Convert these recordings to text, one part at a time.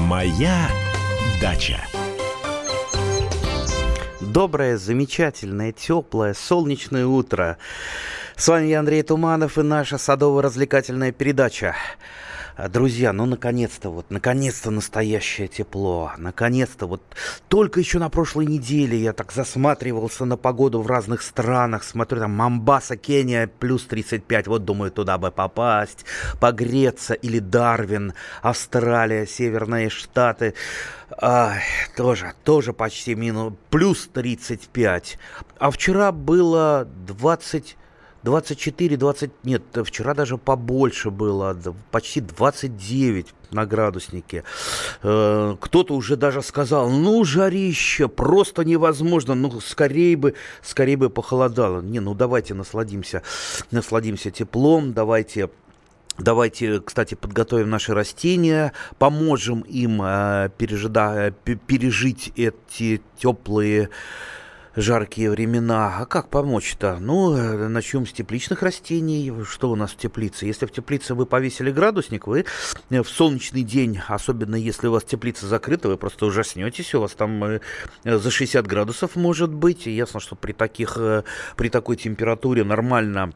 Моя дача. Доброе, замечательное, теплое, солнечное утро. С вами я, Андрей Туманов, и наша садово-развлекательная передача. Друзья, наконец-то настоящее тепло. Наконец-то, только еще на прошлой неделе я так засматривался на погоду в разных странах. Смотрю, там Момбаса, Кения, плюс 35. Вот, думаю, туда бы попасть, погреться. Или Дарвин, Австралия, Северные Штаты. Тоже почти плюс 35. А вчера было 24, нет, вчера даже побольше было, почти 29 на градуснике. Кто-то уже даже сказал, жарище, просто невозможно, скорее бы похолодало. Давайте насладимся теплом, давайте, кстати, подготовим наши растения, поможем им пережить эти теплые, жаркие времена. А как помочь-то? Начнем с тепличных растений. Что у нас в теплице? Если в теплице вы повесили градусник, вы в солнечный день, особенно если у вас теплица закрыта, вы просто ужаснетесь, у вас там за 60 градусов может быть. И ясно, что при такой температуре нормально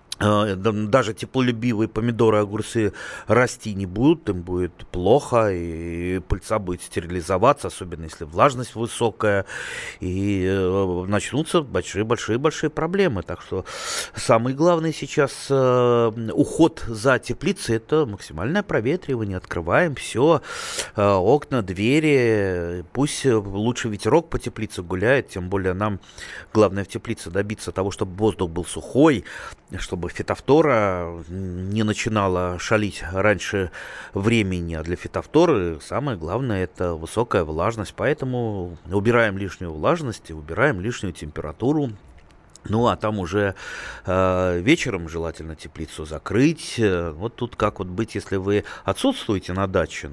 даже теплолюбивые помидоры, огурцы расти не будут, им будет плохо, и пыльца будет стерилизоваться, особенно если влажность высокая, и начнутся большие проблемы. Так что самое главное сейчас уход за теплицей — это максимальное проветривание. Открываем все, окна, двери, пусть лучше ветерок по теплице гуляет, тем более нам главное в теплице добиться того, чтобы воздух был сухой, чтобы фитофтора не начинала шалить раньше времени. А для фитофторы самое главное — это высокая влажность. Поэтому убираем лишнюю влажность, убираем лишнюю температуру. А там уже вечером желательно теплицу закрыть. Вот тут как быть, если вы отсутствуете на даче?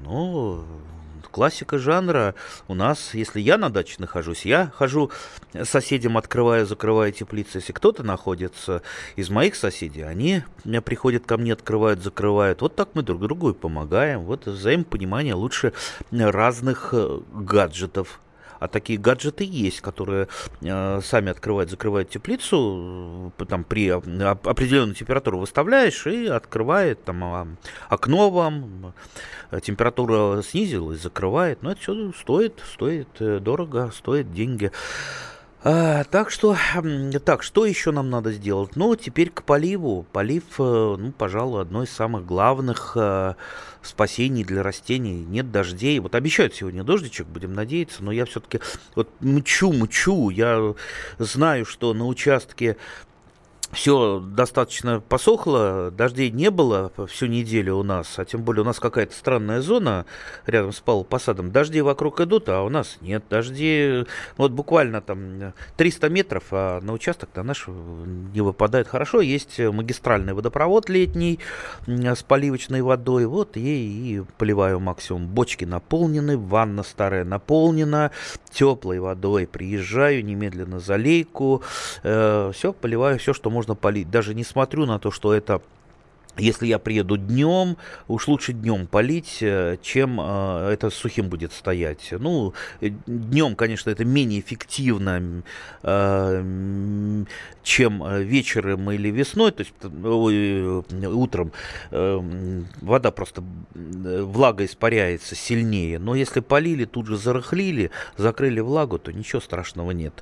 Классика жанра. У нас, если я на даче нахожусь, я хожу соседям, открываю, закрываю теплицу. Если кто-то находится из моих соседей, они приходят ко мне, открывают, закрывают. Вот так мы друг другу и помогаем. Вот взаимопонимание лучше разных гаджетов. А такие гаджеты есть, которые сами открывают, закрывают теплицу, там при определенную температуру выставляешь и открывает окно вам, температура снизилась, закрывает. Но это все стоит дорого, стоит деньги. Так, что еще нам надо сделать? Теперь к поливу. Полив, пожалуй, одно из самых главных спасений для растений. Нет дождей. Обещают сегодня дождичек, будем надеяться, но я все-таки мчу. Я знаю, что на участке все достаточно посохло, дождей не было всю неделю у нас, а тем более у нас какая-то странная зона рядом с посадом. Дожди вокруг идут, а у нас нет. Дожди буквально 300 метров, а на участок наш не выпадает. Хорошо, есть магистральный водопровод летний с поливочной водой, ей и поливаю максимум. Бочки наполнены, ванна старая наполнена теплой водой. Приезжаю, немедленно залейку, все, поливаю все, что можно полить. Даже не смотрю на то, что это, если я приеду днем, уж лучше днем полить, чем это сухим будет стоять. Днем, конечно, это менее эффективно, чем вечером или весной, то есть утром. Вода просто, влага испаряется сильнее. Но если полили, тут же зарыхлили, закрыли влагу, то ничего страшного нет.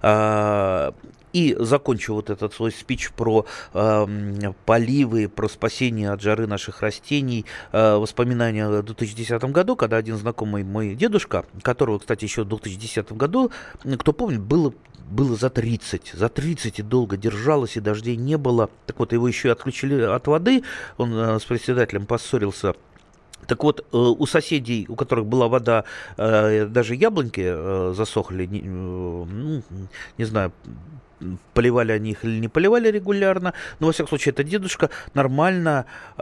И закончу этот свой спич про поливы, про спасение от жары наших растений. Воспоминания о 2010 году, когда один знакомый мой дедушка, которого, кстати, еще в 2010 году, кто помнит, было за 30 и долго держалось, и дождей не было. Так вот, его еще и отключили от воды, он с председателем поссорился. Так вот, у соседей, у которых была вода, даже яблоньки засохли, не знаю, поливали они их или не поливали регулярно, но, во всяком случае, этот дедушка нормально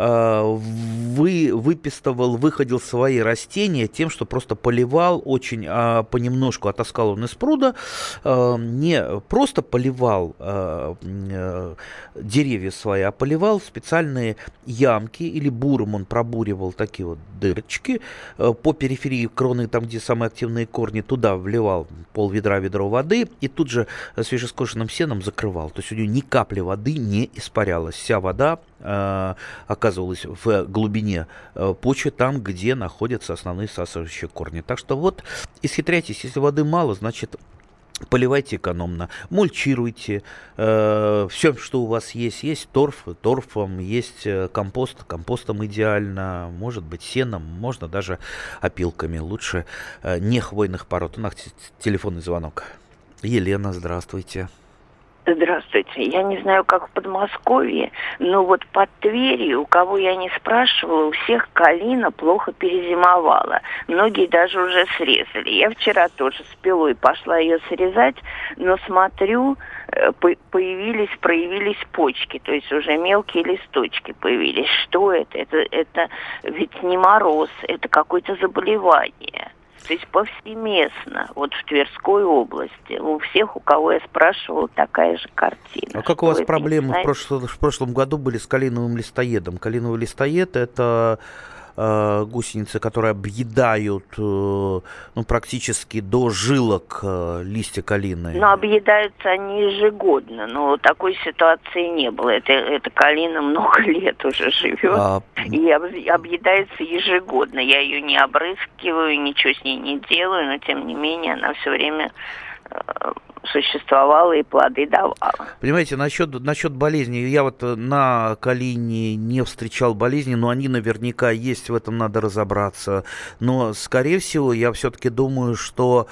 выходил свои растения тем, что просто поливал очень понемножку, отаскал он из пруда, не просто поливал деревья свои, а поливал в специальные ямки, или буром он пробуривал такие вот дырочки по периферии кроны, там, где самые активные корни, туда вливал ведро воды и тут же свежескошенным сеном закрывал. То есть у него ни капли воды не испарялась. Вся вода оказывалась в глубине почвы, там, где находятся основные всасывающие корни. Так что вот исхитряйтесь, если воды мало, значит, поливайте экономно, мульчируйте, все, что у вас есть торфом, есть компостом идеально, может быть сеном, можно даже опилками, лучше не хвойных пород. У нас телефонный звонок. Елена, здравствуйте. Здравствуйте. Я не знаю, как в Подмосковье, но вот под Тверью, у кого я не спрашивала, у всех калина плохо перезимовала. Многие даже уже срезали. Я вчера тоже с пилой пошла ее срезать, но смотрю, проявились почки, то есть уже мелкие листочки появились. Что это? Это ведь не мороз, это какое-то заболевание. То есть повсеместно, вот в Тверской области, у всех, у кого я спрашивала, такая же картина. А как у вас проблемы в прошлом году были с калиновым листоедом? Калиновый листоед – это гусеницы, которые объедают практически до жилок листья калины. Но объедаются они ежегодно, но такой ситуации не было. Это калина много лет уже живет и объедается ежегодно. Я ее не обрызгиваю, ничего с ней не делаю, но тем не менее она все время существовала и плоды давала. Понимаете, насчет болезни, я вот на калине не встречал болезни, но они наверняка есть, в этом надо разобраться. Но, скорее всего, я все-таки думаю, что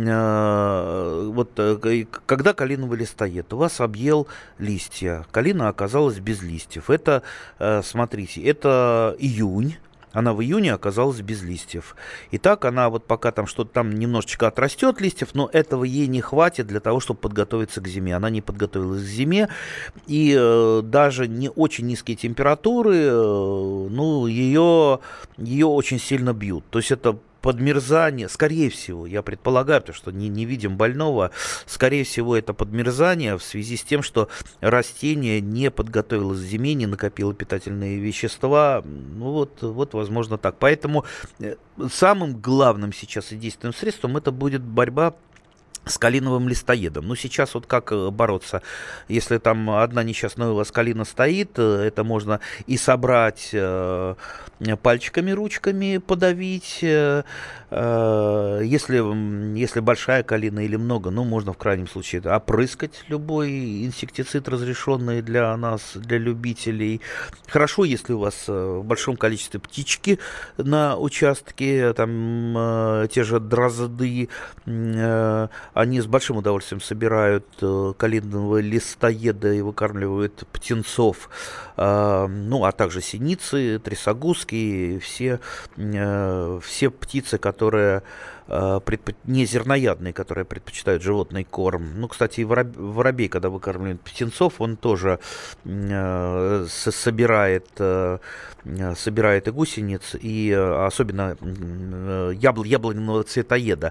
когда калиновый листоед у вас объел листья, калина оказалась без листьев. Это, смотрите, это июнь. Она в июне оказалась без листьев. И так она вот пока там что-то там немножечко отрастет листьев, но этого ей не хватит для того, чтобы подготовиться к зиме. Она не подготовилась к зиме. И даже не очень низкие температуры, ее очень сильно бьют. То есть это подмерзание, скорее всего, я предполагаю, потому что не видим больного, скорее всего, это подмерзание в связи с тем, что растение не подготовилось к зиме, не накопило питательные вещества. Вот, возможно, так. Поэтому самым главным сейчас и действенным средством это будет борьба с калиновым листоедом. Сейчас вот как бороться? Если там одна несчастная у вас калина стоит, это можно и собрать пальчиками, ручками, подавить. Если большая калина или много, можно в крайнем случае опрыскать любой инсектицид, разрешенный для нас, для любителей. Хорошо, если у вас в большом количестве птички на участке, там те же дрозды, они с большим удовольствием собирают калинового листоеда и выкармливают птенцов, а также синицы, трясогузки, все птицы, которые не зерноядные, которые предпочитают животный корм. Кстати, и воробей, когда выкармливает птенцов, он тоже собирает и гусениц, и особенно яблоневого цветоеда.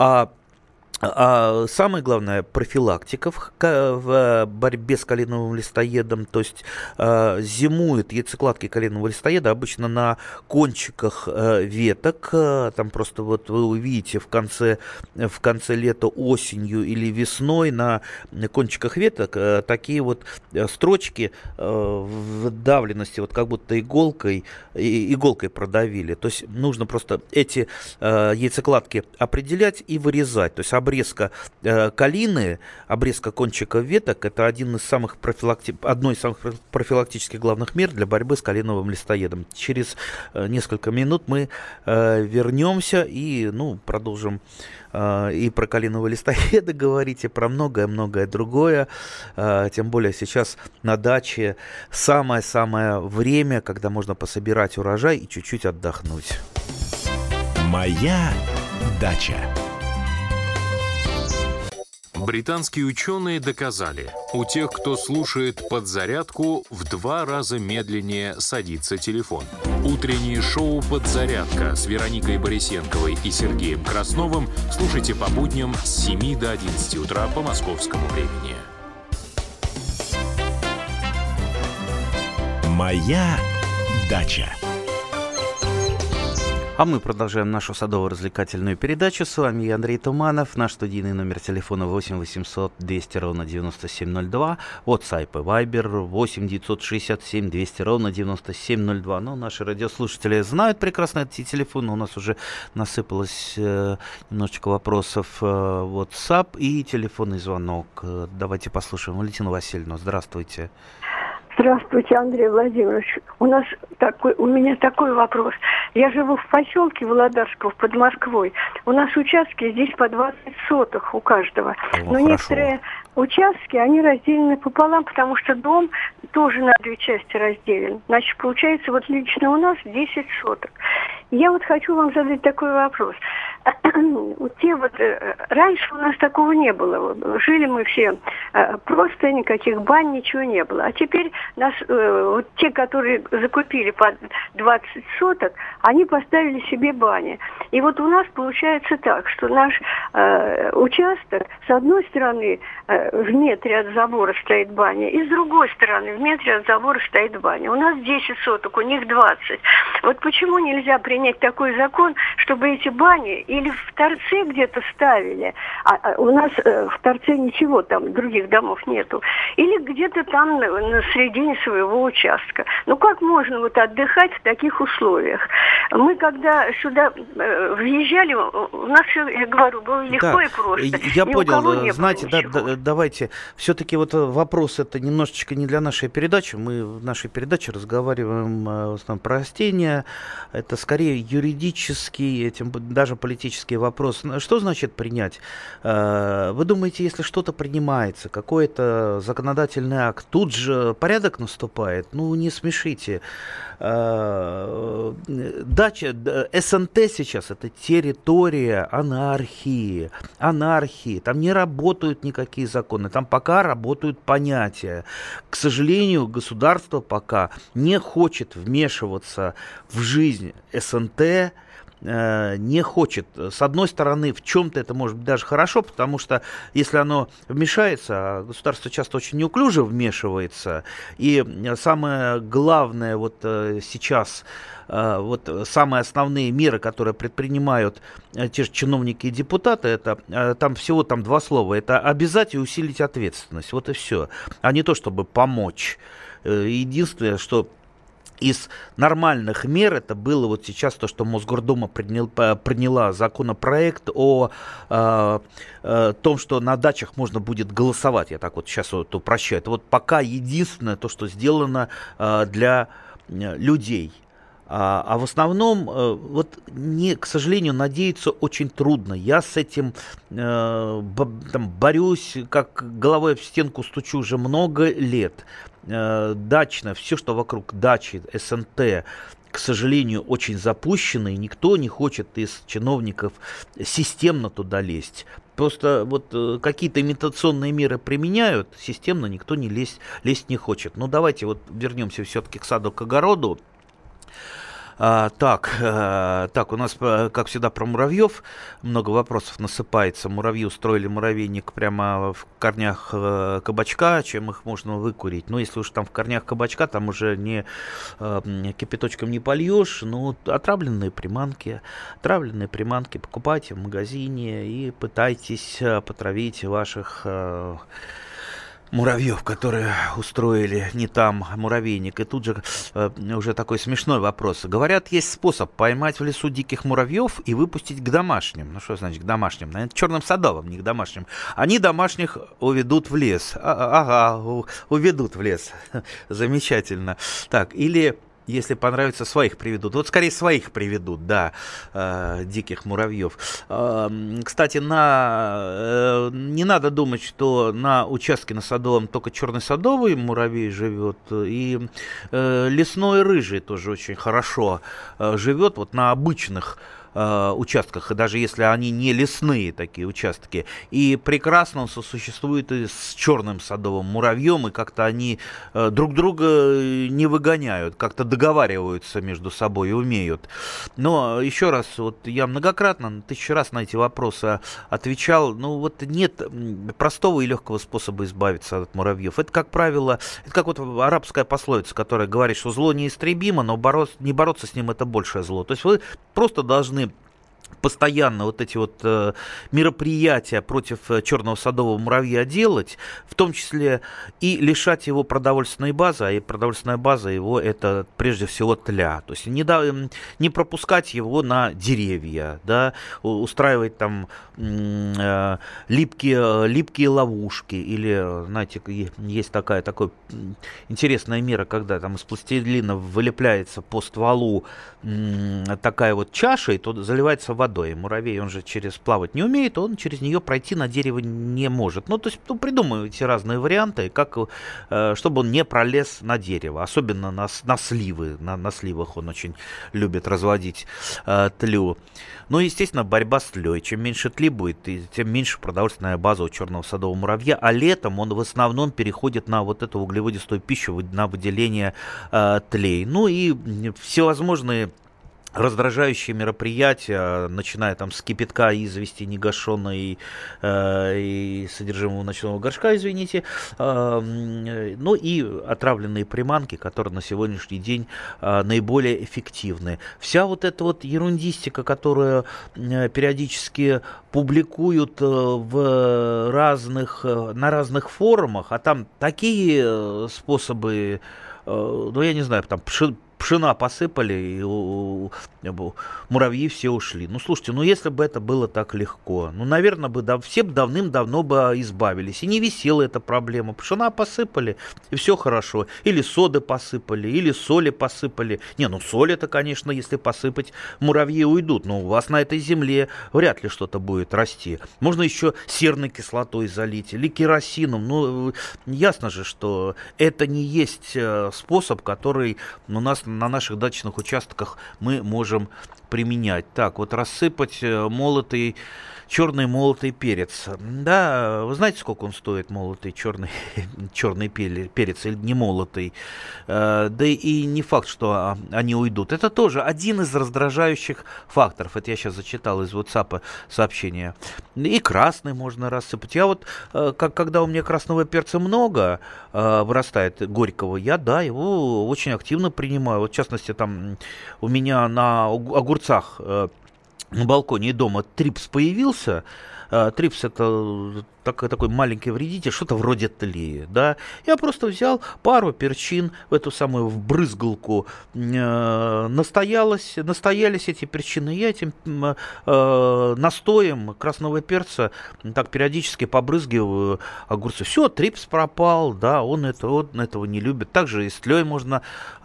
А самое главное, профилактика в борьбе с калиновым листоедом, то есть зимуют яйцекладки калинового листоеда обычно на кончиках веток, там просто вот вы увидите в конце лета, осенью или весной на кончиках веток такие вот строчки вдавленности, вот как будто иголкой продавили. То есть нужно просто эти яйцекладки определять и вырезать, то есть обрезка калины, обрезка кончиков веток – это одно из самых профилактических главных мер для борьбы с калиновым листоедом. Через несколько минут мы вернемся и продолжим и про калинового листоеда говорить, и про многое-многое другое. Тем более сейчас на даче самое-самое время, когда можно пособирать урожай и чуть-чуть отдохнуть. Моя дача. Британские ученые доказали, у тех, кто слушает «Подзарядку», в 2 раза медленнее садится телефон. Утреннее шоу «Подзарядка» с Вероникой Борисенковой и Сергеем Красновым слушайте по будням с 7 до 11 утра по московскому времени. Моя дача. А мы продолжаем нашу садово-развлекательную передачу. С вами я, Андрей Туманов. Наш студийный номер телефона 8 800 200 ровно 9702. WhatsApp и Viber 8 967 200 ровно 9702. Ну, наши радиослушатели знают прекрасно эти телефоны. У нас уже насыпалось немножечко вопросов. WhatsApp и телефонный звонок. Давайте послушаем Валентину Васильевну. Здравствуйте. Здравствуйте, Андрей Владимирович. У меня такой вопрос. Я живу в поселке Володарского под Москвой. У нас участки здесь по 20 соток у каждого. Но хорошо. Некоторые участки, они разделены пополам, потому что дом тоже на 2 части разделен. Значит, получается, вот лично у нас 10 соток. Я вот хочу вам задать такой вопрос. Раньше у нас такого не было. Жили мы все просто, никаких бань, ничего не было. А теперь те, которые закупили по 20 соток, они поставили себе бани. И вот у нас получается так, что наш участок, с одной стороны, в метре от забора стоит баня, и с другой стороны, в метре от забора стоит баня. У нас 10 соток, у них 20. Вот почему нельзя принять такой закон, чтобы эти бани или в торце где-то ставили, а у нас в торце ничего, там других домов нету, или где-то там на середине своего участка. Ну как можно вот отдыхать в таких условиях? Мы когда сюда въезжали, у нас все, я говорю, было легко и просто. Я понял, знаете, давайте, все-таки вот вопрос это немножечко не для нашей передачи, мы в нашей передаче разговариваем в основном про растения, это скорее юридический, этим даже политический вопрос. Что значит принять? Вы думаете, если что-то принимается, какой-то законодательный акт, тут же порядок наступает? Ну, не смешите. Дача, СНТ сейчас это территория анархии. Там не работают никакие законы, там пока работают понятия. К сожалению, государство пока не хочет вмешиваться в жизнь СНТ, не хочет. С одной стороны, в чем-то это может быть даже хорошо, потому что если оно вмешается, а государство часто очень неуклюже вмешивается, и самое главное вот сейчас, вот самые основные меры, которые предпринимают те же чиновники и депутаты, это там всего 2 слова, это обязать и усилить ответственность, вот и все, а не то, чтобы помочь. Единственное, что из нормальных мер это было вот сейчас то, что Мосгордума приняла законопроект о том, что на дачах можно будет голосовать. Я так вот сейчас вот упрощаю. Это вот пока единственное то, что сделано для людей. А в основном, вот к сожалению, надеяться очень трудно. Я с этим борюсь, как головой в стенку стучу уже много лет. Дачно, все, что вокруг дачи, СНТ, к сожалению, очень запущено, и никто не хочет из чиновников системно туда лезть. Просто вот какие-то имитационные меры применяют, системно никто лезть не хочет. Ну, давайте вот вернемся все-таки к саду, к огороду. Так, у нас, как всегда, про муравьев много вопросов насыпается. Муравьи устроили муравейник прямо в корнях кабачка, чем их можно выкурить. Но если уж там в корнях кабачка, там уже не кипяточком не польешь. Ну, отравленные приманки покупайте в магазине и пытайтесь потравить ваших муравьев, которые устроили не там муравейник. И тут же уже такой смешной вопрос. Говорят, есть способ поймать в лесу диких муравьев и выпустить к домашним. Ну, что значит к домашним? Наверное, черным садовым, не к домашним. Они домашних уведут в лес. Уведут в лес. Замечательно. Так, или... Если понравится, своих приведут. Вот скорее своих приведут, да, диких муравьев. Кстати, не надо думать, что на участке на Садовом только черный садовый муравей живет. И лесной рыжий тоже очень хорошо живет вот на обычных участках, и даже если они не лесные такие участки. И прекрасно он сосуществует и с черным садовым муравьем, и как-то они друг друга не выгоняют, как-то договариваются между собой и умеют. Но еще раз, вот я многократно, 1000 раз на эти вопросы отвечал, ну вот нет простого и легкого способа избавиться от муравьев. Это, как правило, это как вот арабская пословица, которая говорит, что зло неистребимо, но не бороться с ним — это большее зло. То есть вы просто должны постоянно вот эти вот мероприятия против черного садового муравья делать, в том числе и лишать его продовольственной базы, а и продовольственная база его — это прежде всего тля. То есть не пропускать его на деревья, да, устраивать там липкие ловушки, или, знаете, есть такая интересная мера, когда там из пластилина вылепляется по стволу такая вот чаша, и то заливается водой. Муравей, он же плавать не умеет, он через нее пройти на дерево не может. Ну, то есть, придумывайте разные варианты, чтобы он не пролез на дерево. Особенно на сливы. На сливах он очень любит разводить тлю. Ну, естественно, борьба с тлей. Чем меньше тли будет, тем меньше продовольственная база у черного садового муравья. А летом он в основном переходит на вот эту углеводистую пищу, на выделение тлей. Ну и всевозможные раздражающие мероприятия, начиная там с кипятка, извести негашенной и содержимого ночного горшка, извините, ну и отравленные приманки, которые на сегодняшний день наиболее эффективны. Вся вот эта вот ерундистика, которую периодически публикуют на разных форумах, а там такие способы, ну я не знаю, там пшена посыпали, и муравьи все ушли. Ну, слушайте, если бы это было так легко, наверное, все бы давным-давно бы избавились. И не висела эта проблема. Пшена посыпали, и все хорошо. Или соды посыпали, или соли посыпали. Соль это, конечно, если посыпать, муравьи уйдут. Но у вас на этой земле вряд ли что-то будет расти. Можно еще серной кислотой залить или керосином. Ясно же, что это не есть способ, который у нас на наших дачных участках мы можем применять. Так, вот рассыпать черный молотый перец. Да, вы знаете, сколько он стоит, молотый черный перец, или не молотый? Да и не факт, что они уйдут. Это тоже один из раздражающих факторов. Это я сейчас зачитал из WhatsApp сообщения. И красный можно рассыпать. Я вот, когда у меня красного перца много вырастает, горького, я его очень активно принимаю. Вот, в частности, там у меня на огурцах на балконе дома трипс появился. Трипс — это такой маленький вредитель, что-то вроде тлея, да. Я просто взял пару перчин в эту самую брызгалку, настоялись эти перчины, я этим настоем красного перца так периодически побрызгиваю огурцы. Все, трипс пропал, да, он этого не любит. Также и с тлей можно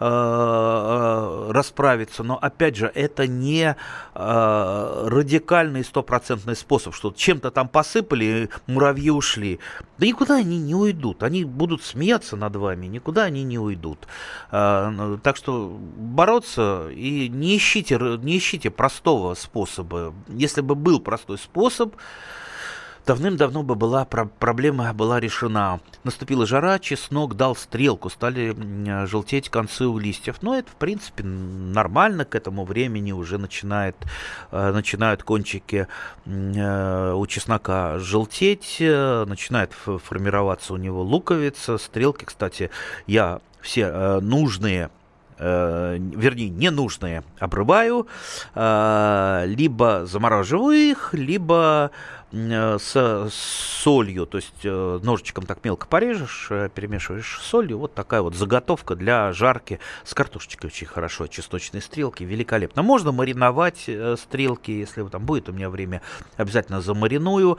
расправиться, но опять же, это не радикальный 100% способ, что чем-то там посыпали, муравьи ушли. Да никуда они не уйдут. Они будут смеяться над вами, никуда они не уйдут. Так что бороться и не ищите простого способа. Если бы был простой способ, давным-давно бы проблема была решена. Наступила жара, чеснок дал стрелку, стали желтеть концы у листьев. Но это, в принципе, нормально. К этому времени уже начинают кончики у чеснока желтеть, начинает формироваться у него луковица. Стрелки, кстати, я все ненужные обрываю, либо замораживаю их, либо с солью, то есть ножичком так мелко порежешь, перемешиваешь с солью. Вот такая вот заготовка для жарки с картошечкой очень хорошо. Чесночные стрелки великолепно. Можно мариновать стрелки, если там будет у меня время, обязательно замариную.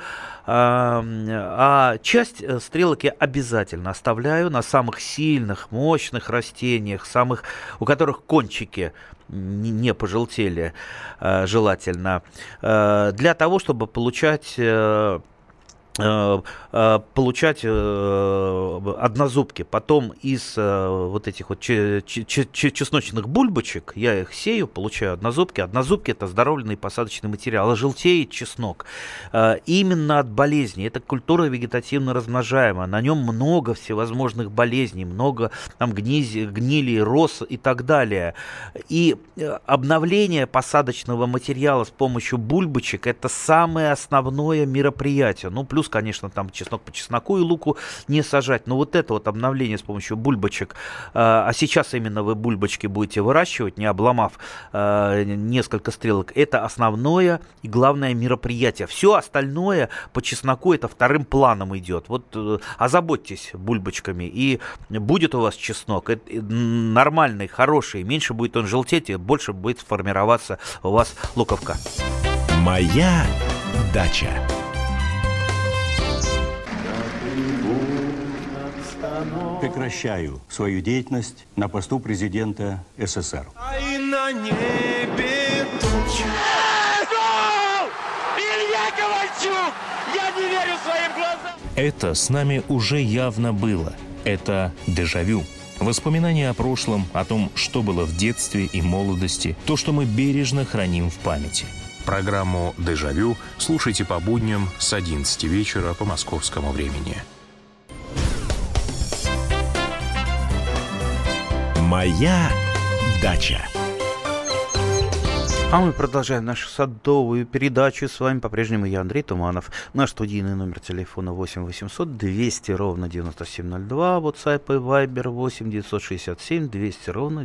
А часть стрелок я обязательно оставляю на самых сильных, мощных растениях, у которых кончики не пожелтели, желательно, для того, чтобы получать получать однозубки. Потом из вот этих вот чесночных бульбочек я их сею, получаю однозубки. Однозубки — это оздоровленный посадочный материал. А желтеет чеснок именно от болезней. Это культура вегетативно размножаемая. На нем много всевозможных болезней, много там гнили, роз и так далее. И обновление посадочного материала с помощью бульбочек — это самое основное мероприятие. Ну, плюс, конечно, там чеснок по чесноку и луку не сажать. Но вот это вот обновление с помощью бульбочек, а сейчас именно вы бульбочки будете выращивать, не обломав несколько стрелок, это основное и главное мероприятие. Все остальное по чесноку это вторым планом идет. Вот озаботьтесь бульбочками, и будет у вас чеснок нормальный, хороший, меньше будет он желтеть, и больше будет формироваться у вас луковка. Моя дача. Прекращаю свою деятельность на посту президента СССР. И на небе тучи. Илья Ковальчук! Я не верю своим глазам! Это с нами уже явно было. Это дежавю. Воспоминания о прошлом, о том, что было в детстве и молодости, то, что мы бережно храним в памяти. Программу «Дежавю» слушайте по будням с 11 вечера по московскому времени. Моя дача. А мы продолжаем нашу садовую передачу. С вами по-прежнему я, Андрей Туманов. Наш студийный номер телефона 8 800 200 ровно 9702. WhatsApp и Viber 8 967 200 ровно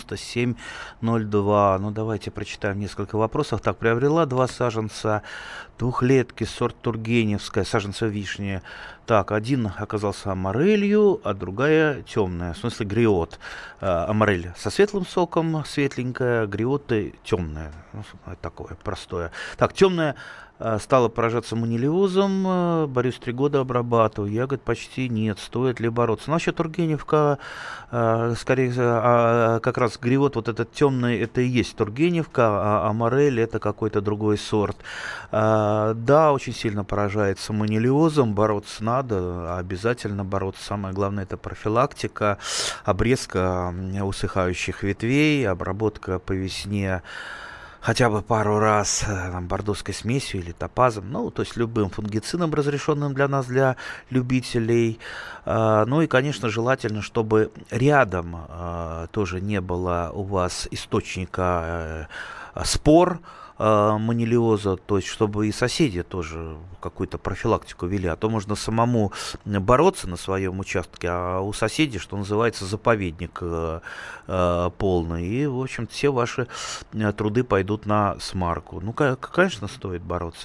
9702. Ну, давайте прочитаем несколько вопросов. Так, приобрела 2 саженца двухлетки, сорт Тургеневская, саженца вишни. Так, один оказался аморелью, а другая темная, в смысле гриот. Аморель со светлым соком, светленькая, гриоты темная. Ну, такое простое. Так, темная стала поражаться манилиозом, борюсь 3 года, обрабатываю, ягод почти нет, стоит ли бороться? Ну, вообще Тургеневка, скорее, как раз гриот вот этот темный, это и есть Тургеневка, а аморель это какой-то другой сорт. Да, очень сильно поражается манилиозом, бороться надо, обязательно бороться. Самое главное — это профилактика, обрезка усыхающих ветвей, обработка по весне хотя бы пару раз там, бордоской смесью или топазом, ну, то есть любым фунгицидом, разрешенным для нас, для любителей. Ну и, конечно, желательно, чтобы рядом тоже не было у вас источника спор манилиоза, то есть чтобы и соседи тоже какую-то профилактику вели, а то можно самому бороться на своем участке, а у соседей, что называется, заповедник полный, и, в общем, все ваши труды пойдут на смарку. Ну, конечно, стоит бороться,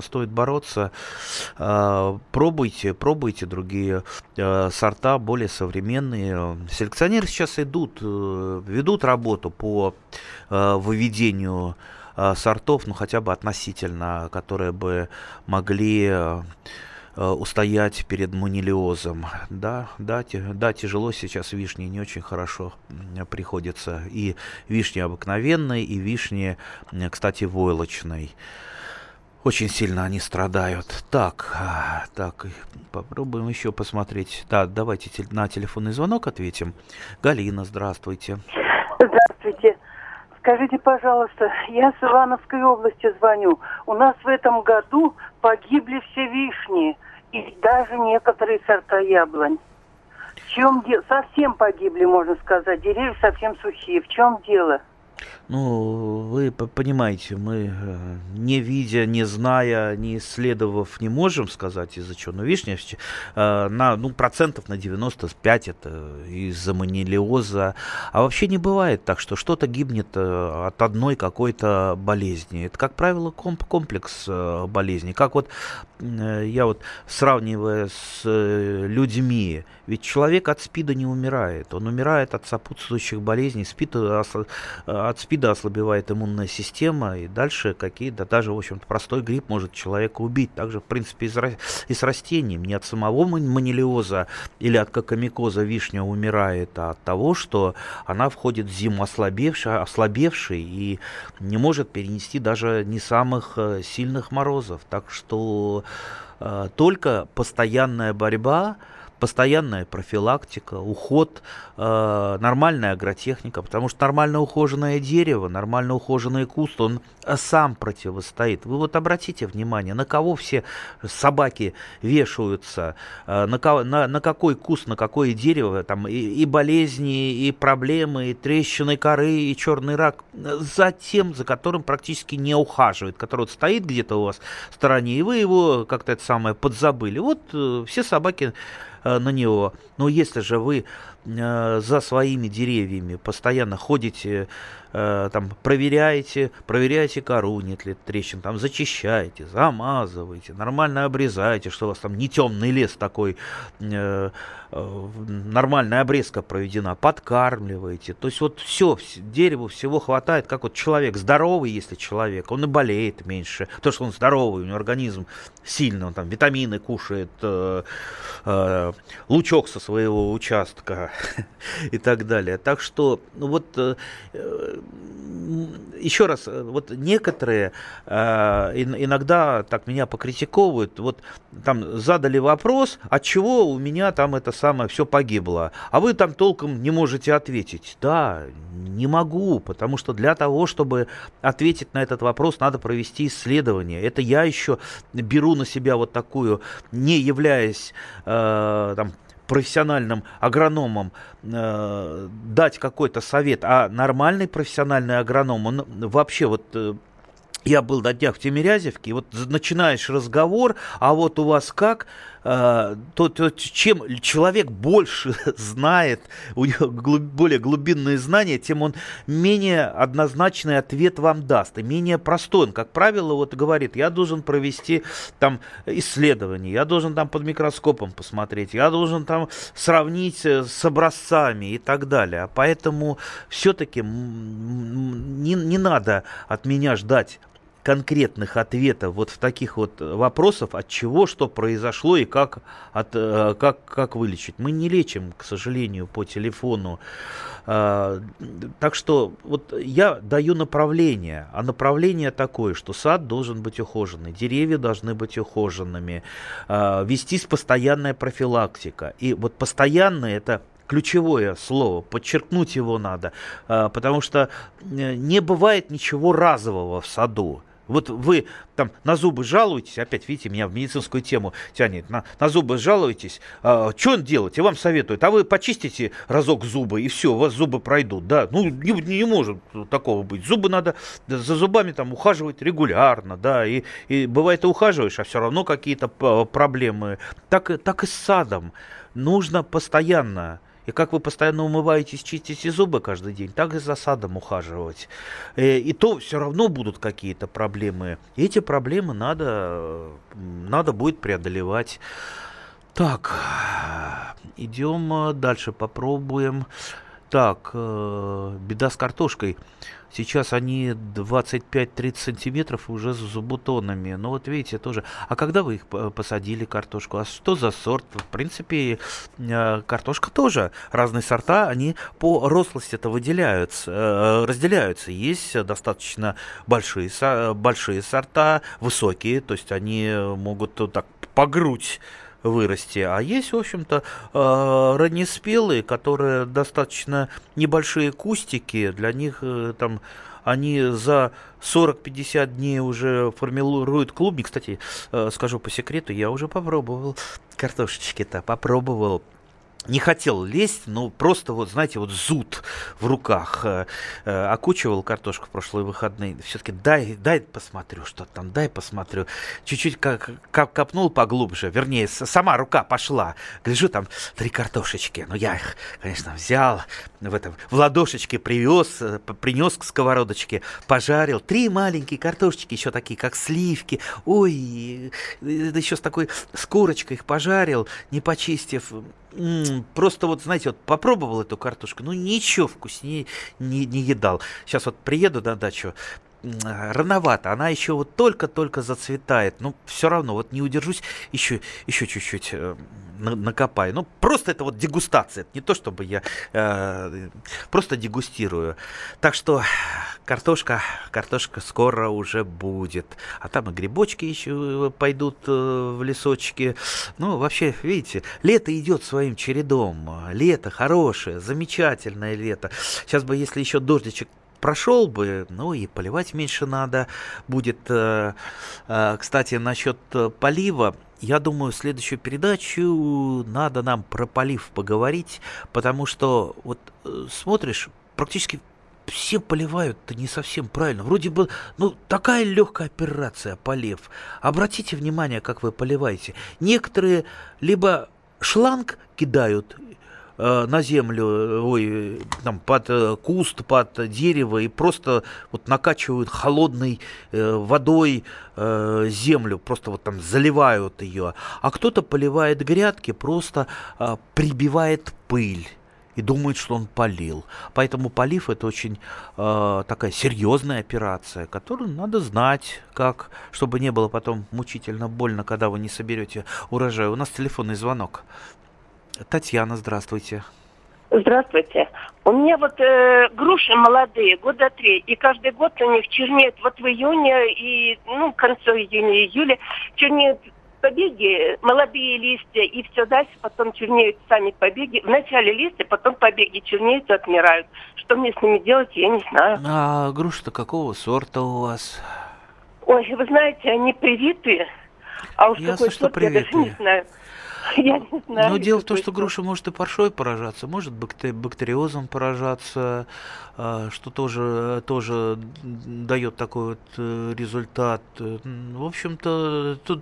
пробуйте другие сорта, более современные. Селекционеры сейчас ведут работу по выведению сортов, ну хотя бы относительно, которые бы могли устоять перед манилиозом. Да, тяжело сейчас вишни, не очень хорошо приходится. И вишни обыкновенной, и вишни, кстати, войлочной. Очень сильно они страдают. Так, попробуем еще посмотреть. Да, давайте на телефонный звонок ответим. Галина, здравствуйте. Здравствуйте. Скажите, пожалуйста, я с Ивановской области звоню. У нас в этом году погибли все вишни и даже некоторые сорта яблонь. В чем дело? Совсем погибли, можно сказать. Деревья совсем сухие. В чем дело? Ну, вы понимаете, мы не видя, не зная, не исследовав, не можем сказать из-за чего. Но вишня процентов на 95 это из-за манилиоза. А вообще не бывает так, что что-то гибнет от одной какой-то болезни. Это, как правило, комплекс болезней. Как вот я вот сравнивая с людьми, ведь человек от СПИДа не умирает. Он умирает от сопутствующих болезней. От СПИДа СПИДа ослабевает иммунная система, и дальше какие-то, даже, в общем-то, простой грипп может человека убить. Также, в принципе, и с растением. Не от самого манилиоза или от кокомикоза вишня умирает, а от того, что она входит в зиму ослабевшей и не может перенести даже не самых сильных морозов. Так что только постоянная борьба, постоянная профилактика, уход, нормальная агротехника, потому что нормально ухоженное дерево, нормально ухоженный куст, он сам противостоит. Вы вот обратите внимание, на кого все собаки вешаются, на какой куст, на какое дерево, там и болезни, и проблемы, и трещины коры, и черный рак, за тем, за которым практически не ухаживает, который вот стоит где-то у вас в стороне, и вы его как-то это самое подзабыли. Вот все собаки на него. Но если же вы за своими деревьями постоянно ходите, там, проверяете кору, нет ли трещин, там, зачищаете, замазываете, нормально обрезаете, что у вас там не темный лес такой, нормальная обрезка проведена, подкармливаете. То есть вот все, дереву всего хватает, как вот человек здоровый, если человек, он и болеет меньше, потому что он здоровый, у него организм сильный, он там витамины кушает, лучок со своего участка и так далее. Так что вот еще раз, вот некоторые иногда так меня покритиковывают, вот там задали вопрос, от чего у меня там это самое все погибло, а вы там толком не можете ответить. Да, не могу, потому что для того, чтобы ответить на этот вопрос, надо провести исследование. Это я еще беру на себя вот такую, не являясь там профессиональным агрономом, дать какой-то совет, а нормальный профессиональный агроном, он вообще вот... Я был на днях в Тимирязевке, и вот начинаешь разговор, а вот у вас как, чем человек больше знает, у него более глубинные знания, тем он менее однозначный ответ вам даст, и менее простой. Он, как правило, вот говорит, я должен провести там исследование, я должен там под микроскопом посмотреть, я должен там сравнить с образцами и так далее. Поэтому все-таки не надо от меня ждать конкретных ответов вот в таких вот вопросов, от чего, что произошло и как вылечить. Мы не лечим, к сожалению, по телефону. Так что вот я даю направление, а направление такое, что сад должен быть ухоженный, деревья должны быть ухоженными, вестись постоянная профилактика. И вот постоянная — это ключевое слово, подчеркнуть его надо, потому что не бывает ничего разового в саду. Вот вы там на зубы жалуетесь, опять видите, меня в медицинскую тему тянет, на зубы жалуетесь, что делать? И вам советуют, а вы почистите разок зубы, и все, у вас зубы пройдут. Да, ну не может такого быть. Зубы надо, за зубами там ухаживать регулярно, да, и бывает и ухаживаешь, а все равно какие-то проблемы. Так и с садом. Нужно постоянно. И как вы постоянно умываетесь, чистите зубы каждый день, так и за садом ухаживать. И то все равно будут какие-то проблемы. И эти проблемы надо будет преодолевать. Так, идем дальше, попробуем. Так, беда с картошкой. Сейчас они 25-30 сантиметров уже с зубутонами. Ну вот видите, тоже. А когда вы их посадили, картошку? А что за сорт? В принципе, картошка тоже. Разные сорта, они по рослости-то разделяются. Есть достаточно большие сорта, высокие, то есть они могут так по грудь вырасти. А есть, в общем-то, раннеспелые, которые достаточно небольшие кустики. Для них там они за 40-50 дней уже формируют клубник. Кстати, скажу по секрету, я уже попробовал картошечки-то, попробовал. Не хотел лезть, но просто вот, знаете, вот зуд в руках. Окучивал картошку в прошлые выходные. Все-таки дай посмотрю, что там, дай посмотрю. Чуть-чуть копнул поглубже, вернее, сама рука пошла. Гляжу, там 3 картошечки. Ну, я их, конечно, взял, в ладошечке принес к сковородочке, пожарил. 3 маленькие картошечки, еще такие, как сливки. Ой, еще с такой с корочкой их пожарил, не почистив. просто вот, знаете, вот попробовал эту картошку, ну ничего вкуснее не едал. Сейчас вот приеду на дачу, рановато, она еще вот только-только зацветает, но все равно вот не удержусь, еще чуть-чуть накопаю. Ну, просто это вот дегустация, это не то, чтобы я просто дегустирую. Так что картошка скоро уже будет. А там и грибочки еще пойдут в лесочки. Ну, вообще, видите, лето идет своим чередом. Лето хорошее, замечательное лето. Сейчас бы, если еще дождичек прошел бы, ну и поливать меньше надо будет. Кстати, насчет полива, я думаю, в следующую передачу надо нам про полив поговорить, потому что вот смотришь, практически все поливают-то не совсем правильно. Вроде бы, ну, такая легкая операция, полив. Обратите внимание, как вы поливаете. Некоторые либо шланг кидают на землю, там, под куст, под дерево, и просто вот накачивают холодной водой землю, просто вот там заливают ее. А кто-то поливает грядки, просто прибивает пыль и думает, что он полил. Поэтому полив — это очень такая серьезная операция, которую надо знать, как, чтобы не было потом мучительно больно, когда вы не соберете урожай. У нас телефонный звонок. Татьяна, здравствуйте. Здравствуйте. У меня вот груши молодые, 3 года, и каждый год у них чернеют вот в июне и, к концу июня, июля, чернеют побеги, молодые листья, и все дальше потом чернеют сами побеги. Вначале листья, потом побеги чернеют и отмирают. Что мне с ними делать, я не знаю. А груши-то какого сорта у вас? Ой, вы знаете, они привитые, а уж Ясно, какой сорт, я даже не знаю. Я не знаю. Но дело в том, что груша может и паршой поражаться, может бактериозом поражаться, что тоже дает такой вот результат. В общем-то, тут,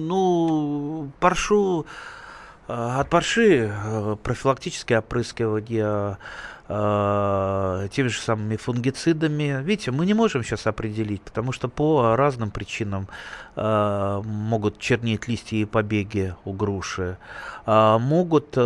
от парши профилактические опрыскивания теми же самыми фунгицидами. Видите, мы не можем сейчас определить, потому что по разным причинам могут чернеть листья и побеги у груши. Могут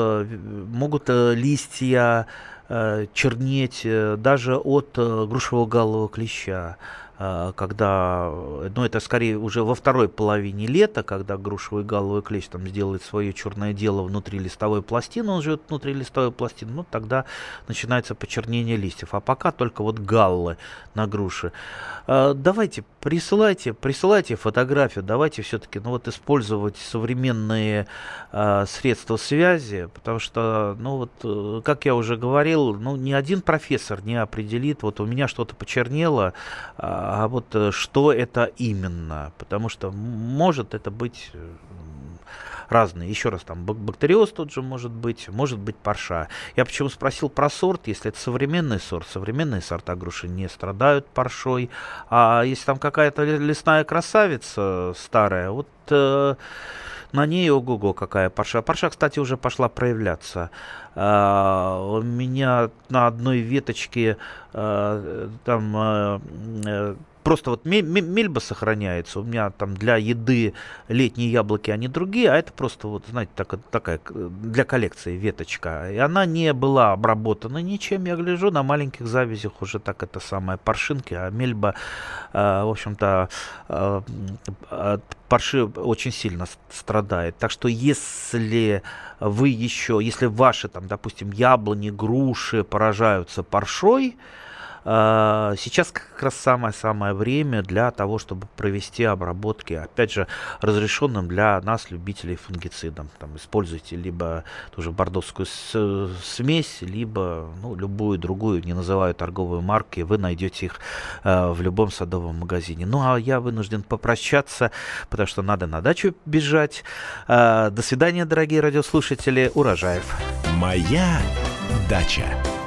листья чернеть даже от грушевого галлового клеща, когда, это скорее уже во второй половине лета, когда грушевый галловый клещ там сделает свое черное дело внутри листовой пластины, он живет внутри листовой пластины, тогда начинается почернение листьев. А пока только вот галлы на груши. Давайте, присылайте фотографию, давайте все-таки использовать современные средства связи, потому что, как я уже говорил, ни один профессор не определит, вот у меня что-то почернело, а вот что это именно, потому что может это быть разные. Еще раз, там бактериоз тот же может быть парша. Я почему спросил про сорт, если это современный сорт, современные сорта груши не страдают паршой, а если там какая-то лесная красавица старая, вот на ней ого-го какая парша. Парша, кстати, уже пошла проявляться. У меня на одной веточке просто вот мельба сохраняется. У меня там для еды летние яблоки, они другие, а это просто вот, знаете, такая для коллекции веточка. И она не была обработана ничем. Я гляжу, на маленьких завязях уже так это самое паршинки, а мельба, в общем-то, от парши очень сильно страдает. Так что если ваши там, допустим, яблони, груши поражаются паршой, сейчас как раз самое время для того, чтобы провести обработки, опять же, разрешенным для нас, любителей, фунгицидом. Там используйте либо тоже бордовскую смесь, либо любую другую, не называю торговые марки, вы найдете их в любом садовом магазине. А я вынужден попрощаться, потому что надо на дачу бежать. До свидания, дорогие радиослушатели. Урожаев. Моя дача.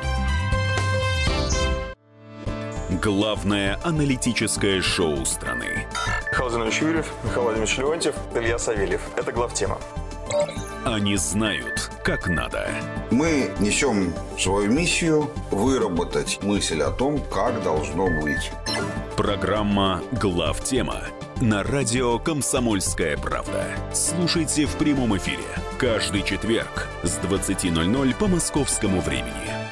Главное аналитическое шоу страны. Михаил Владимирович Юрьев, Михаил Владимирович Леонтьев, Илья Савельев. Это главтема. Они знают, как надо. Мы несем свою миссию выработать мысль о том, как должно быть. Программа «Главтема» на радио «Комсомольская правда». Слушайте в прямом эфире каждый четверг с 20:00 по московскому времени.